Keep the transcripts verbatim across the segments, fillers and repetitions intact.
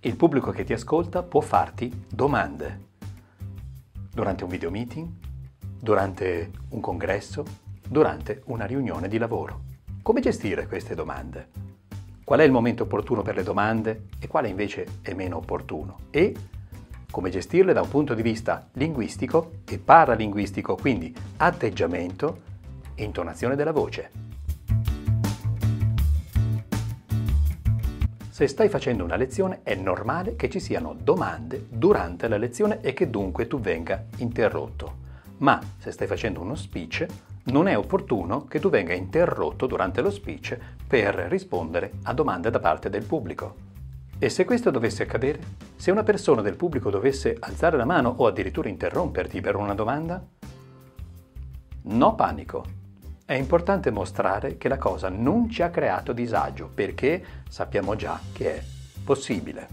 Il pubblico che ti ascolta può farti domande. Durante un video meeting, durante un congresso, durante una riunione di lavoro. Come gestire queste domande? Qual è il momento opportuno per le domande e quale invece è meno opportuno? E come gestirle da un punto di vista linguistico e paralinguistico, quindi atteggiamento e intonazione della voce. Se stai facendo una lezione è normale che ci siano domande durante la lezione e che dunque tu venga interrotto. Ma se stai facendo uno speech, non è opportuno che tu venga interrotto durante lo speech per rispondere a domande da parte del pubblico. E se questo dovesse accadere? Se una persona del pubblico dovesse alzare la mano o addirittura interromperti per una domanda? No panico. È importante mostrare che la cosa non ci ha creato disagio, perché sappiamo già che è possibile.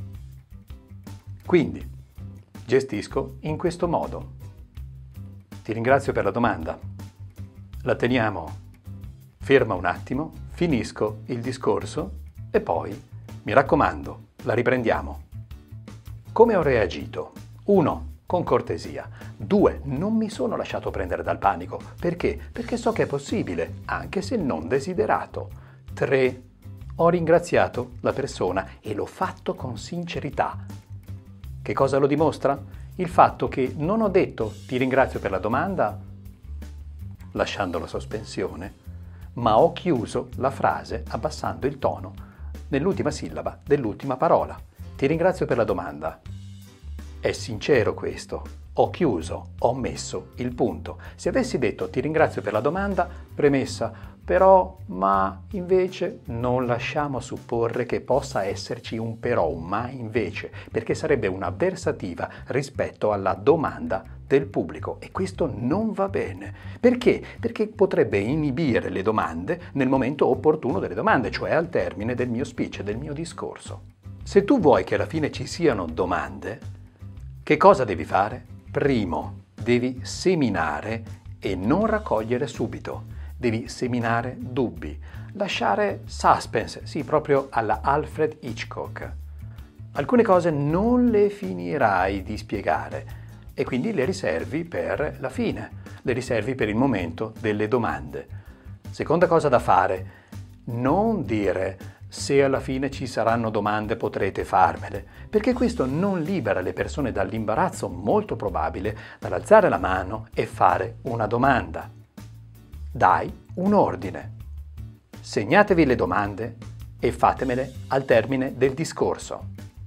Quindi, gestisco in questo modo. Ti ringrazio per la domanda. La teniamo ferma un attimo, finisco il discorso e poi, mi raccomando, la riprendiamo. Come ho reagito? uno. Con cortesia. due. Non mi sono lasciato prendere dal panico. Perché? Perché so che è possibile, anche se non desiderato. tre. Ho ringraziato la persona e l'ho fatto con sincerità. Che cosa lo dimostra? Il fatto che non ho detto ti ringrazio per la domanda, lasciando la sospensione, ma ho chiuso la frase abbassando il tono nell'ultima sillaba dell'ultima parola. Ti ringrazio per la domanda. È sincero questo. Ho chiuso, ho messo il punto. Se avessi detto ti ringrazio per la domanda, premessa, però, ma, invece, non lasciamo supporre che possa esserci un però, un ma invece, perché sarebbe una versativa rispetto alla domanda del pubblico e questo non va bene. Perché? Perché potrebbe inibire le domande nel momento opportuno delle domande, cioè al termine del mio speech, del mio discorso. Se tu vuoi che alla fine ci siano domande, che cosa devi fare? Primo, devi seminare e non raccogliere subito. Devi seminare dubbi, lasciare suspense, sì, proprio alla Alfred Hitchcock. Alcune cose non le finirai di spiegare e quindi le riservi per la fine, le riservi per il momento delle domande. Seconda cosa da fare, non dire se alla fine ci saranno domande potrete farmele, perché questo non libera le persone dall'imbarazzo molto probabile dall'alzare la mano e fare una domanda. Dai un ordine. Segnatevi le domande e fatemele al termine del discorso.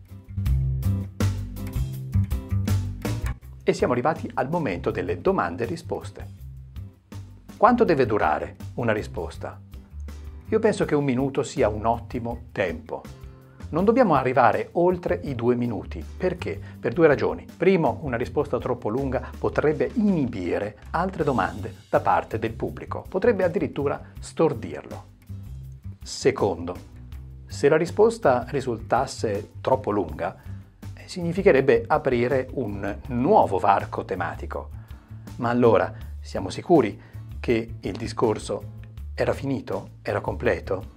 E siamo arrivati al momento delle domande e risposte. Quanto deve durare una risposta? Io penso che un minuto sia un ottimo tempo. Non dobbiamo arrivare oltre i due minuti. Perché? Per due ragioni. Primo, una risposta troppo lunga potrebbe inibire altre domande da parte del pubblico. Potrebbe addirittura stordirlo. Secondo, se la risposta risultasse troppo lunga, significherebbe aprire un nuovo varco tematico. Ma allora, siamo sicuri che il discorso era finito? Era completo?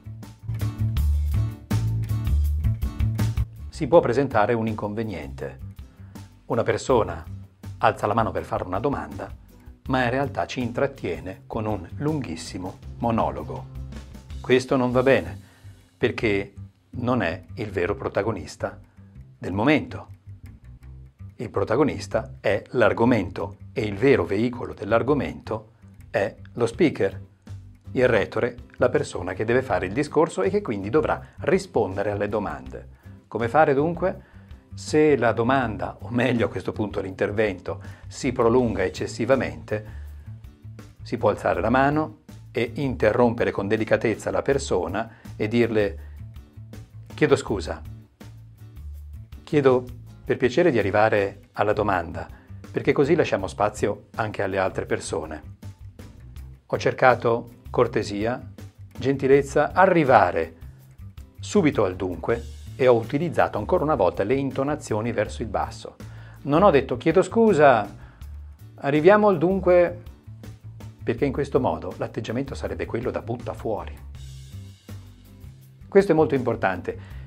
Si può presentare un inconveniente. Una persona alza la mano per fare una domanda, ma in realtà ci intrattiene con un lunghissimo monologo. Questo non va bene, perché non è il vero protagonista del momento. Il protagonista è l'argomento e il vero veicolo dell'argomento è lo speaker. Il retore, la persona che deve fare il discorso e che quindi dovrà rispondere alle domande. Come fare dunque? Se la domanda, o meglio a questo punto l'intervento, si prolunga eccessivamente, si può alzare la mano e interrompere con delicatezza la persona e dirle chiedo scusa, chiedo per piacere di arrivare alla domanda, perché così lasciamo spazio anche alle altre persone. Ho cercato cortesia, gentilezza, arrivare subito al dunque e ho utilizzato ancora una volta le intonazioni verso il basso. Non ho detto chiedo scusa, arriviamo al dunque, perché in questo modo l'atteggiamento sarebbe quello da butta fuori. Questo è molto importante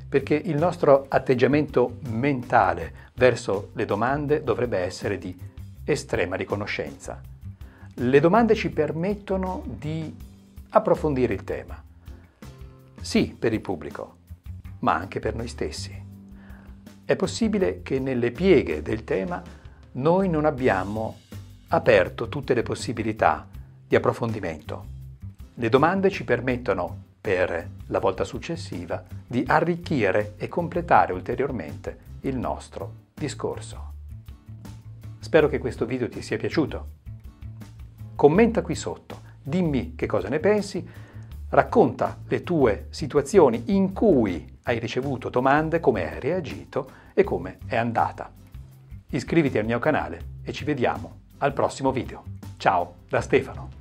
perché il nostro atteggiamento mentale verso le domande dovrebbe essere di estrema riconoscenza. Le domande ci permettono di approfondire il tema, sì per il pubblico, ma anche per noi stessi. È possibile che nelle pieghe del tema noi non abbiamo aperto tutte le possibilità di approfondimento. Le domande ci permettono, per la volta successiva, di arricchire e completare ulteriormente il nostro discorso. Spero che questo video ti sia piaciuto. Commenta qui sotto, dimmi che cosa ne pensi, racconta le tue situazioni in cui hai ricevuto domande, come hai reagito e come è andata. Iscriviti al mio canale e ci vediamo al prossimo video. Ciao da Stefano!